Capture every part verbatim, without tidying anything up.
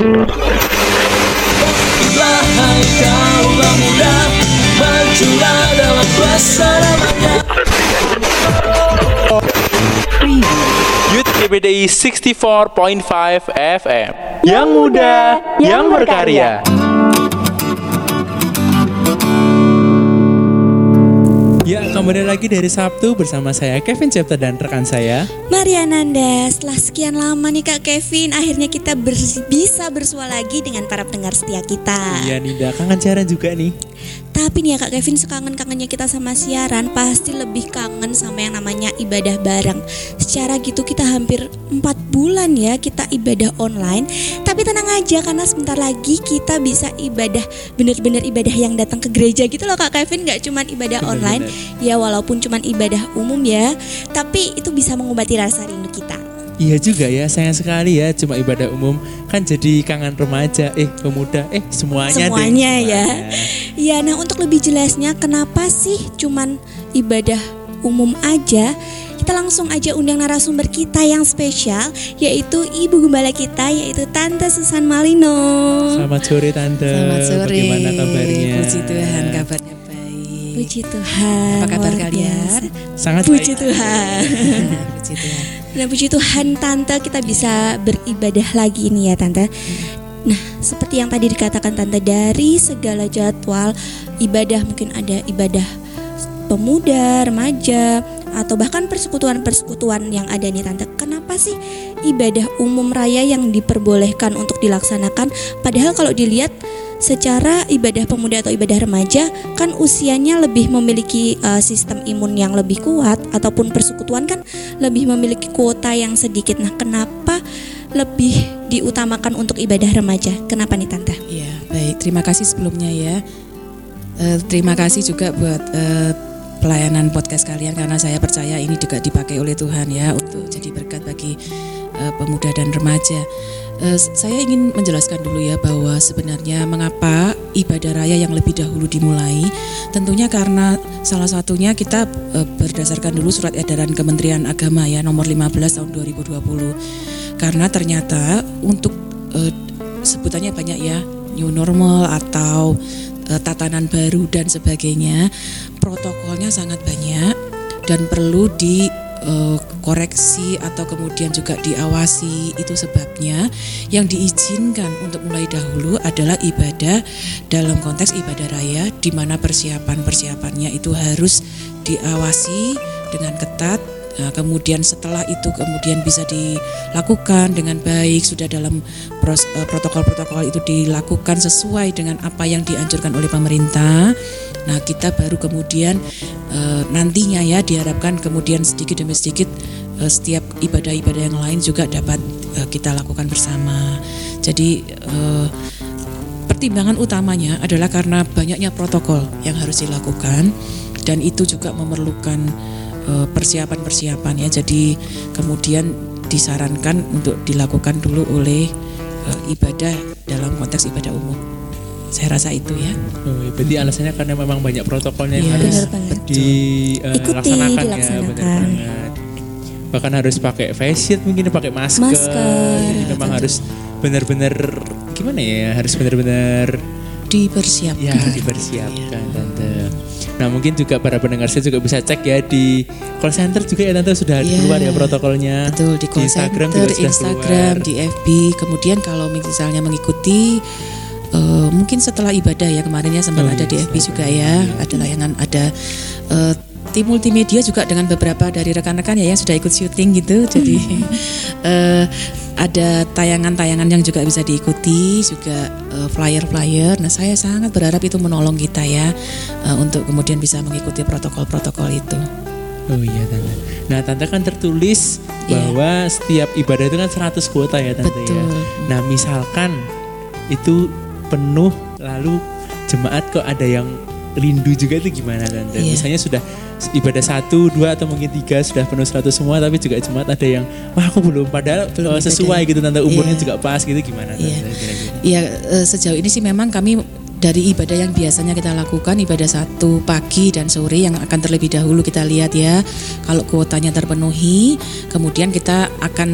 Bangkitlah hai kaulah muda, majulah dalam bersamanya. Youth K B D I enam puluh empat koma lima F M. Yang muda, yang berkarya. Ya, kembali lagi dari Sabtu bersama saya Kevin Cepta dan rekan saya Mariananda. Setelah sekian lama nih Kak Kevin, akhirnya kita ber- bisa bersua lagi dengan para pendengar setia kita. Iya Ninda, kangen siaran juga nih. Tapi nih ya Kak Kevin, sekangen-kangennya kita sama siaran pasti lebih kangen sama yang namanya ibadah bareng. Secara gitu kita hampir empat bulan ya kita ibadah online. Tapi tenang aja karena sebentar lagi kita bisa ibadah, bener-bener ibadah yang datang ke gereja gitu loh Kak Kevin. Gak cuman ibadah bener-bener online, ya walaupun cuman ibadah umum ya, tapi itu bisa mengobati rasa rindu kita. Iya juga ya, sayang sekali ya cuma ibadah umum, kan jadi kangen remaja, eh pemuda, eh semuanya Semuanya deh, ya. Iya, nah untuk lebih jelasnya kenapa sih cuman ibadah umum aja, kita langsung aja undang narasumber kita yang spesial, yaitu Ibu Gembala kita, yaitu Tante Susan Malino. Selamat sore Tante. Selamat sore. Bagaimana kabarnya? Puji Tuhan, kabarnya baik. Puji Tuhan. Apa kabar luar kalian? biasa. Sangat Puji baik. Tuhan. Puji Tuhan. Nah puji Tuhan Tante kita bisa beribadah lagi nih ya Tante. Nah seperti yang tadi dikatakan Tante, dari segala jadwal ibadah, mungkin ada ibadah pemuda, remaja, atau bahkan persekutuan-persekutuan yang ada nih Tante. Kenapa sih ibadah umum raya yang diperbolehkan untuk dilaksanakan? Padahal kalau dilihat secara ibadah pemuda atau ibadah remaja kan usianya lebih memiliki uh, sistem imun yang lebih kuat, ataupun persekutuan kan lebih memiliki kuota yang sedikit. Nah kenapa lebih diutamakan untuk ibadah remaja? Kenapa nih Tante? Ya baik, terima kasih sebelumnya ya. uh, Terima kasih juga buat uh, pelayanan podcast kalian, karena saya percaya ini juga dipakai oleh Tuhan ya untuk jadi berkat bagi uh, pemuda dan remaja. Uh, saya ingin menjelaskan dulu ya bahwa sebenarnya mengapa ibadah raya yang lebih dahulu dimulai. Tentunya karena salah satunya kita uh, berdasarkan dulu surat edaran Kementerian Agama ya nomor lima belas tahun dua ribu dua puluh. Karena ternyata untuk uh, sebutannya banyak ya, new normal atau uh, tatanan baru dan sebagainya, protokolnya sangat banyak dan perlu di Uh, koreksi atau kemudian juga diawasi. Itu sebabnya yang diizinkan untuk mulai dahulu adalah ibadah dalam konteks ibadah raya, di mana persiapan-persiapannya itu harus diawasi dengan ketat. Nah, kemudian setelah itu kemudian bisa dilakukan dengan baik, sudah dalam pros, uh, protokol-protokol itu dilakukan sesuai dengan apa yang dianjurkan oleh pemerintah. Nah kita baru kemudian e, nantinya ya diharapkan kemudian sedikit demi sedikit e, setiap ibadah-ibadah yang lain juga dapat e, kita lakukan bersama. Jadi e, pertimbangan utamanya adalah karena banyaknya protokol yang harus dilakukan, dan itu juga memerlukan e, persiapan-persiapan ya. Jadi kemudian disarankan untuk dilakukan dulu oleh e, ibadah dalam konteks ibadah umum. Saya rasa itu ya. Oh, ya, berarti alasannya karena memang banyak protokolnya yang yes, harus dilaksanakan uh, ya, benar banget. Bahkan harus pakai face shield, mungkin pakai masker. Masker. Jadi Ya, memang tentu. harus benar-benar gimana ya? Harus benar-benar Dipersiapkan. ya dipersiapkan Tante. Nah mungkin juga para pendengar saya juga bisa cek ya di call center juga ya Tante, sudah Yeah. keluar ya protokolnya. Betul, di call Instagram center, juga sudah Instagram, keluar. di F B. Kemudian kalau misalnya mengikuti uh, mungkin setelah ibadah ya, kemarin ya sempat Oh, ada iya, di F B juga ya, ada layangan, ada uh, tim multimedia juga dengan beberapa dari rekan-rekan ya yang sudah ikut syuting gitu. Jadi uh, ada tayangan-tayangan yang juga bisa diikuti, juga uh, flyer-flyer. Nah saya sangat berharap itu menolong kita ya uh, untuk kemudian bisa mengikuti protokol-protokol itu. Oh iya Tante. Nah Tante kan tertulis Iya. bahwa setiap ibadah itu kan seratus kuota ya Tante. Betul. Ya. Nah misalkan itu penuh lalu jemaat kok ada yang rindu juga, itu gimana Tante? Iya. Misalnya sudah ibadah satu, dua atau mungkin tiga sudah penuh seratus semua, tapi juga jemaat ada yang wah aku belum, padahal Belum uh, sesuai ibadah. gitu Tante, umurnya Iya. juga pas gitu, gimana Tante? Iya. Kira-kira? Ya eh, sejauh ini sih memang kami dari ibadah yang biasanya kita lakukan, ibadah satu pagi dan sore yang akan terlebih dahulu kita lihat ya. Kalau kuotanya terpenuhi, kemudian kita akan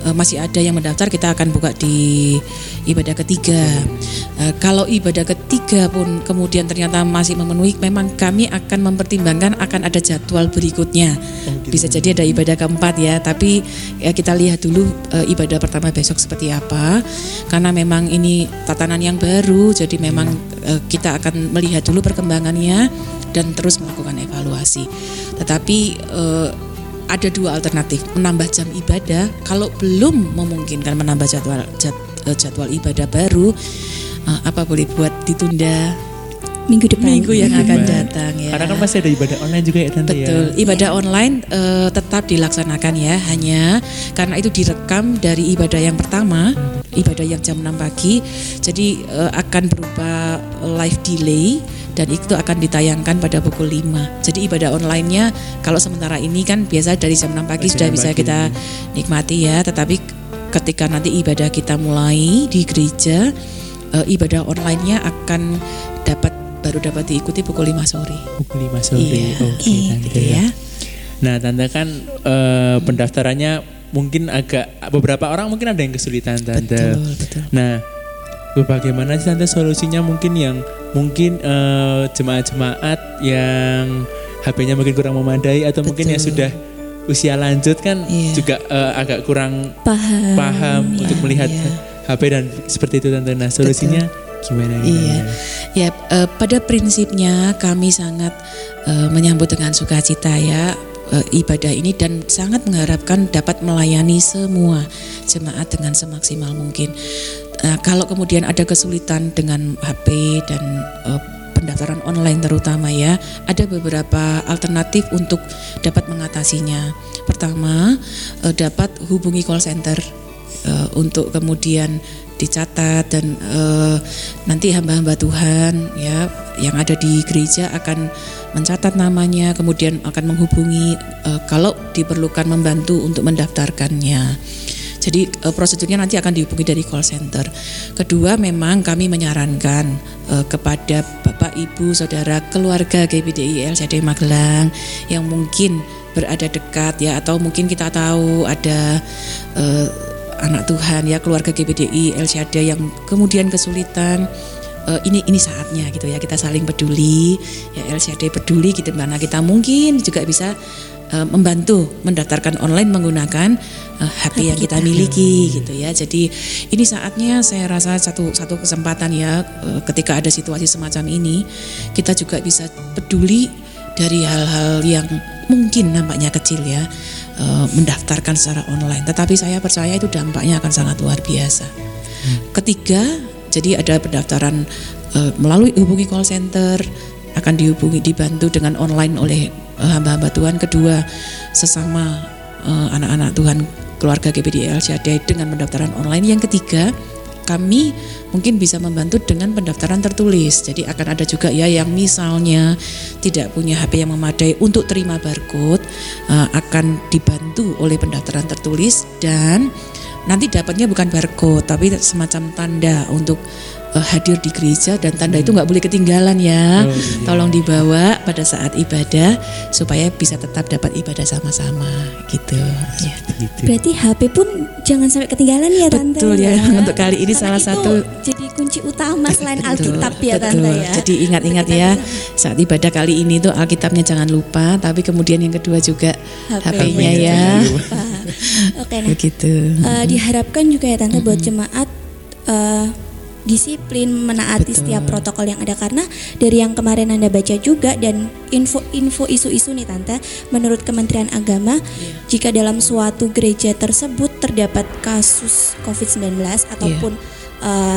uh, masih ada yang mendaftar, kita akan buka di ibadah ketiga. Uh, kalau ibadah ketiga pun kemudian ternyata masih memenuhi, memang kami akan mempertimbangkan akan ada jadwal berikutnya. Oh, gitu. Bisa jadi ada ibadah keempat ya, tapi ya kita lihat dulu uh, ibadah pertama besok seperti apa, karena memang ini tatanan yang baru, jadi memang uh, kita akan melihat dulu perkembangannya dan terus melakukan evaluasi. Tetapi uh, ada dua alternatif, menambah jam ibadah. Kalau belum memungkinkan menambah jadwal jadwal ibadah baru, uh, apa boleh buat ditunda minggu depan, minggu yang akan datang ya. Karena kan masih ada ibadah online juga ya Tante. Betul, ya. Ibadah online uh, tetap dilaksanakan ya, hanya karena itu direkam dari ibadah yang pertama, ibadah yang jam enam pagi, jadi uh, akan berupa live delay dan itu akan ditayangkan pada pukul lima. Jadi ibadah online-nya kalau sementara ini kan biasa dari jam enam pagi sudah bisa pagi. kita nikmati ya, tetapi ketika nanti ibadah kita mulai di gereja, uh, ibadah online-nya akan dapat baru dapat diikuti pukul lima sore. Pukul lima sore. Iya. Oke, Iya, Tante gitu ya. ya. Nah, Tante kan uh, pendaftarannya mungkin agak, beberapa orang mungkin ada yang kesulitan Tante. Betul, betul. Nah, bagaimana sih Tante solusinya mungkin yang mungkin uh, jemaat-jemaat yang H P-nya mungkin kurang memadai atau mungkin Betul. yang sudah usia lanjut kan Iya. juga uh, agak kurang paham, paham ya. untuk melihat Iya. H P dan seperti itu Tante. Nah, solusinya gimana? Iya, gimana? ya eh, pada prinsipnya kami sangat eh, menyambut dengan sukacita ya eh, ibadah ini dan sangat mengharapkan dapat melayani semua jemaat dengan semaksimal mungkin. Nah, kalau kemudian ada kesulitan dengan H P dan eh, pendaftaran online terutama ya, ada beberapa alternatif untuk dapat mengatasinya. Pertama, eh, dapat hubungi call center eh, untuk kemudian dicatat dan uh, nanti hamba-hamba Tuhan ya yang ada di gereja akan mencatat namanya, kemudian akan menghubungi uh, kalau diperlukan membantu untuk mendaftarkannya. Jadi uh, prosedurnya nanti akan dihubungi dari call center. Kedua, memang kami menyarankan uh, kepada Bapak, Ibu, Saudara, keluarga G B D I L C D Magelang yang mungkin berada dekat ya, atau mungkin kita tahu ada uh, anak Tuhan ya, keluarga G B D I L C D yang kemudian kesulitan, uh, ini ini saatnya gitu ya, kita saling peduli ya, L C D peduli gitu, karena kita mungkin juga bisa uh, membantu mendaftarkan online menggunakan uh, H P yang kita miliki gitu ya. Jadi ini saatnya saya rasa satu satu kesempatan ya, uh, ketika ada situasi semacam ini kita juga bisa peduli dari hal-hal yang mungkin nampaknya kecil ya, uh, mendaftarkan secara online, tetapi saya percaya itu dampaknya akan sangat luar biasa. Hmm. Ketiga, jadi ada pendaftaran uh, melalui hubungi call center, akan dihubungi dibantu dengan online oleh uh, hamba-hamba Tuhan. Kedua, sesama uh, anak-anak Tuhan keluarga G B D I L C D dengan pendaftaran online. Yang ketiga, kami mungkin bisa membantu dengan pendaftaran tertulis. Jadi akan ada juga ya yang misalnya tidak punya H P yang memadai untuk terima barcode, uh, akan dibantu oleh pendaftaran tertulis dan nanti dapatnya bukan barcode tapi semacam tanda untuk uh, hadir di gereja, dan tanda itu nggak boleh ketinggalan ya. Oh, iya. Tolong dibawa pada saat ibadah supaya bisa tetap dapat ibadah sama-sama gitu ya. Gitu. Berarti H P pun jangan sampai ketinggalan ya Tante. Betul ya, untuk kali ini Karena salah itu satu jadi kunci utama selain Betul, Alkitab ya betul. Tante ya. Jadi ingat-ingat Kita ya, bisa- saat ibadah kali ini tuh Alkitabnya jangan lupa, tapi kemudian yang kedua juga H P-nya H P-nya ya. jangan lupa. Oke, nah Begitu. eh, diharapkan juga ya Tante buat jemaat eh, disiplin menaati Betul. setiap protokol yang ada, karena dari yang kemarin Anda baca juga dan info-info isu-isu nih Tante, menurut Kementerian Agama jika dalam suatu gereja tersebut terdapat kasus covid sembilan belas ataupun eh,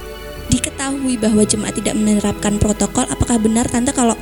diketahui bahwa jemaat tidak menerapkan protokol, apakah benar Tante kalau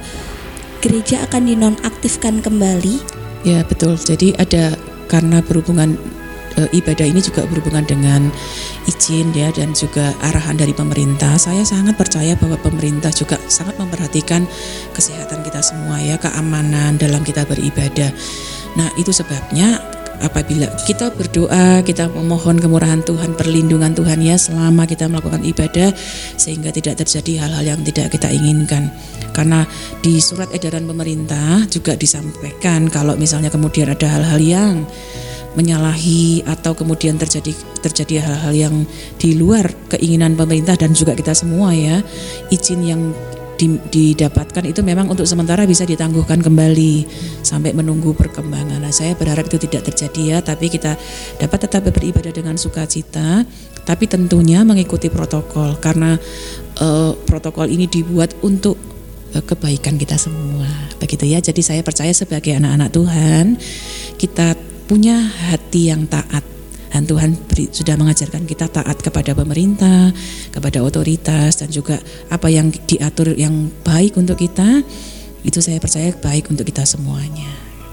gereja akan dinonaktifkan kembali? Ya betul. Jadi ada, karena berhubungan e, ibadah ini juga berhubungan dengan izin ya dan juga arahan dari pemerintah. Saya sangat percaya bahwa pemerintah juga sangat memperhatikan kesehatan kita semua ya, keamanan dalam kita beribadah. Nah, itu sebabnya apabila kita berdoa, kita memohon kemurahan Tuhan, perlindungan Tuhan ya selama kita melakukan ibadah, sehingga tidak terjadi hal-hal yang tidak kita inginkan. Karena di surat edaran pemerintah juga disampaikan kalau misalnya kemudian ada hal-hal yang menyalahi atau kemudian terjadi terjadi hal-hal yang di luar keinginan pemerintah dan juga kita semua ya, izin yang didapatkan itu memang untuk sementara bisa ditangguhkan kembali sampai menunggu perkembangan. Nah, saya berharap itu tidak terjadi ya, tapi kita dapat tetap beribadah dengan sukacita, tapi tentunya mengikuti protokol karena uh, protokol ini dibuat untuk uh, kebaikan kita semua. Begitu ya. Jadi saya percaya sebagai anak-anak Tuhan, kita punya hati yang taat. Dan Tuhan beri, sudah mengajarkan kita taat kepada pemerintah, kepada otoritas, dan juga apa yang diatur yang baik untuk kita, itu saya percaya baik untuk kita semuanya.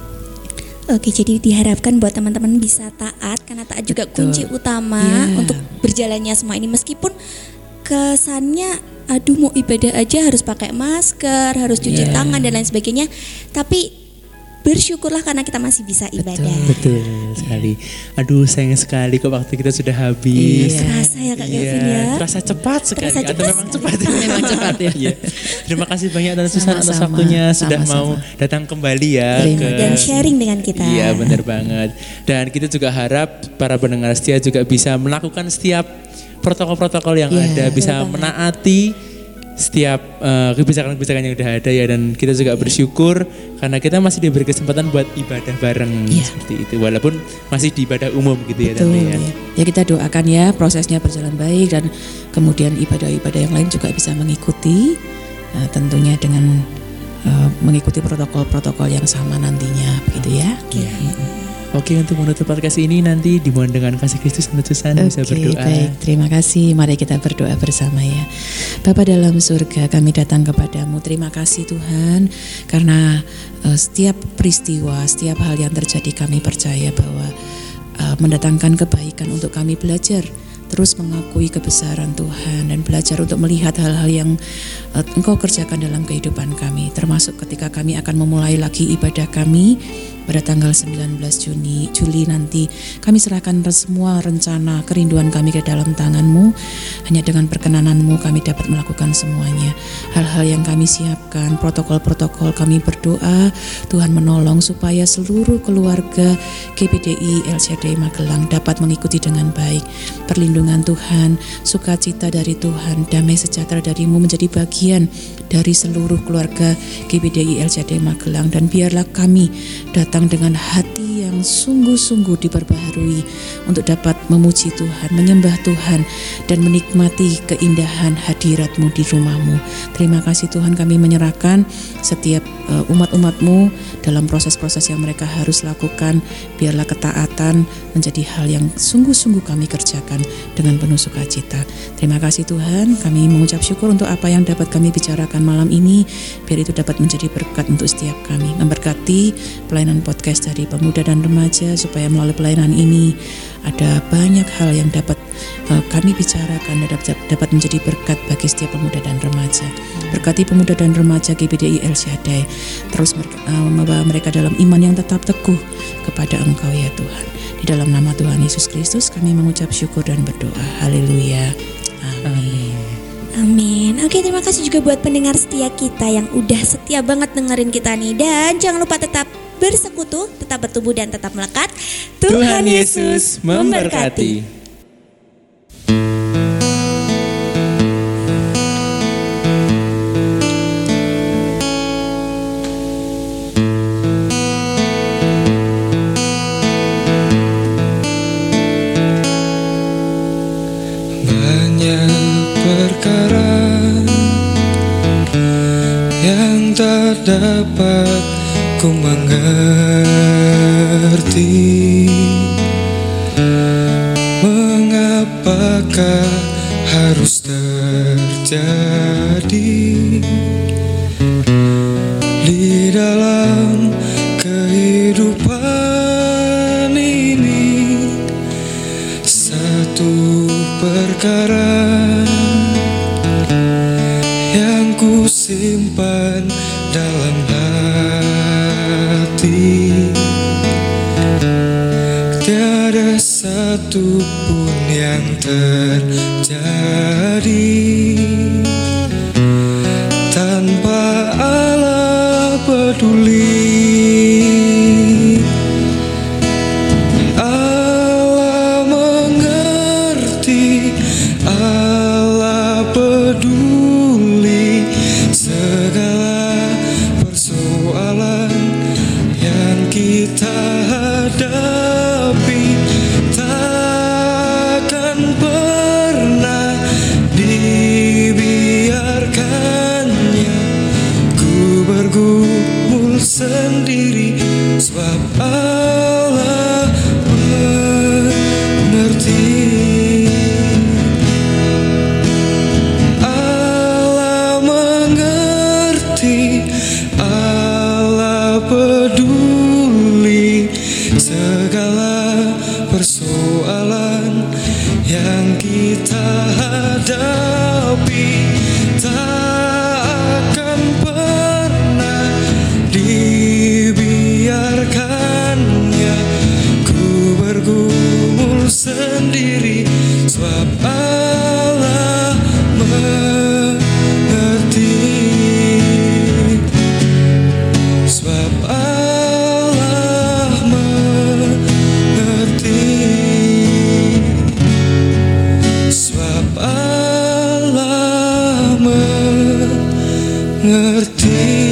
Oke, jadi diharapkan buat teman-teman bisa taat, karena taat juga Betul. kunci utama Yeah. untuk berjalannya semua ini. Meskipun kesannya aduh mau ibadah aja harus pakai masker, harus cuci Yeah. tangan dan lain sebagainya, tapi bersyukurlah karena kita masih bisa ibadah. Betul sekali. Aduh, sayang sekali kok waktu kita sudah habis. Iya. Terasa ya Kak Kevin ya. Terasa cepat sekali. Terasa Atau cepat memang cepat. Memang cepat ya. Iya. Terima kasih banyak atas Susan atas Sama-sama, waktunya sudah sama-sama. mau datang kembali ya Terima ke Dan sharing dengan kita. Iya, benar banget. Dan kita juga harap para pendengar setia juga bisa melakukan setiap protokol-protokol yang Iya, ada, bisa betul banget. menaati setiap uh, kebijakan-kebijakan yang udah ada ya, dan kita juga bersyukur karena kita masih diberi kesempatan buat ibadah bareng Iya. seperti itu, walaupun masih di ibadah umum gitu ya. Betul Tante, ya. ya. Ya kita doakan ya prosesnya berjalan baik dan kemudian ibadah-ibadah yang lain juga bisa mengikuti, uh, tentunya dengan uh, mengikuti protokol-protokol yang sama nantinya, begitu ya. Oke. Oke, untuk menutup podcast ini nanti dimohon dengan kasih Kristus Tante Susan bisa Oke, berdoa. baik. Terima kasih. Mari kita berdoa bersama ya. Bapa dalam surga, kami datang kepadamu. Terima kasih Tuhan, karena uh, setiap peristiwa, setiap hal yang terjadi kami percaya bahwa uh, mendatangkan kebaikan untuk kami belajar terus mengakui kebesaran Tuhan dan belajar untuk melihat hal-hal yang uh, Engkau kerjakan dalam kehidupan kami, termasuk ketika kami akan memulai lagi ibadah kami pada tanggal sembilan belas Juni Juli nanti. Kami serahkan semua rencana kerinduan kami ke dalam tangan-Mu. Hanya dengan perkenanan-Mu kami dapat melakukan semuanya. Hal-hal yang kami siapkan, protokol-protokol, kami berdoa Tuhan menolong supaya seluruh keluarga G P D I L C D Magelang dapat mengikuti dengan baik. Perlindungan Tuhan, sukacita dari Tuhan, damai sejahtera dari-Mu menjadi bagian dari seluruh keluarga G P D I L C D Magelang, dan biarlah kami datang dengan hati yang sungguh-sungguh diperbaharui untuk dapat memuji Tuhan, menyembah Tuhan, dan menikmati keindahan hadirat-Mu di rumah-Mu. Terima kasih Tuhan, kami menyerahkan setiap uh, umat-umat-Mu dalam proses-proses yang mereka harus lakukan. Biarlah ketaatan menjadi hal yang sungguh-sungguh kami kerjakan dengan penuh sukacita. Terima kasih Tuhan, kami mengucap syukur untuk apa yang dapat kami bicarakan malam ini. Biar itu dapat menjadi berkat untuk setiap kami. Memberkati pelayanan podcast dari pemuda dan remaja, supaya melalui pelayanan ini ada banyak hal yang dapat uh, kami bicarakan dan dapat, dapat menjadi berkat bagi setiap pemuda dan remaja. Berkati pemuda dan remaja G P D I El Shaddai, terus uh, membawa mereka dalam iman yang tetap teguh kepada Engkau ya Tuhan. Di dalam nama Tuhan Yesus Kristus kami mengucap syukur dan berdoa. Haleluya. Amin. Amin. Oke, terima kasih juga buat pendengar setia kita yang udah setia banget dengerin kita nih. Dan jangan lupa tetap bersekutu, tetap bertumbuh dan tetap melekat. Tuhan Yesus memberkati. Banyak perkara yang tak dapat ku mengerti. Mengapakah harus terjadi di dalam kehidupan ini? Satu perkara yang ku simpan dalam hati, tiada satu pun yang terjadi tanpa Allah peduli. yang kita hadapi tak akan pernah dibiarkannya ku bergumul sendiri, sebab Allah mengerti, sebab Allah mengerti, sebab Allah mengerti.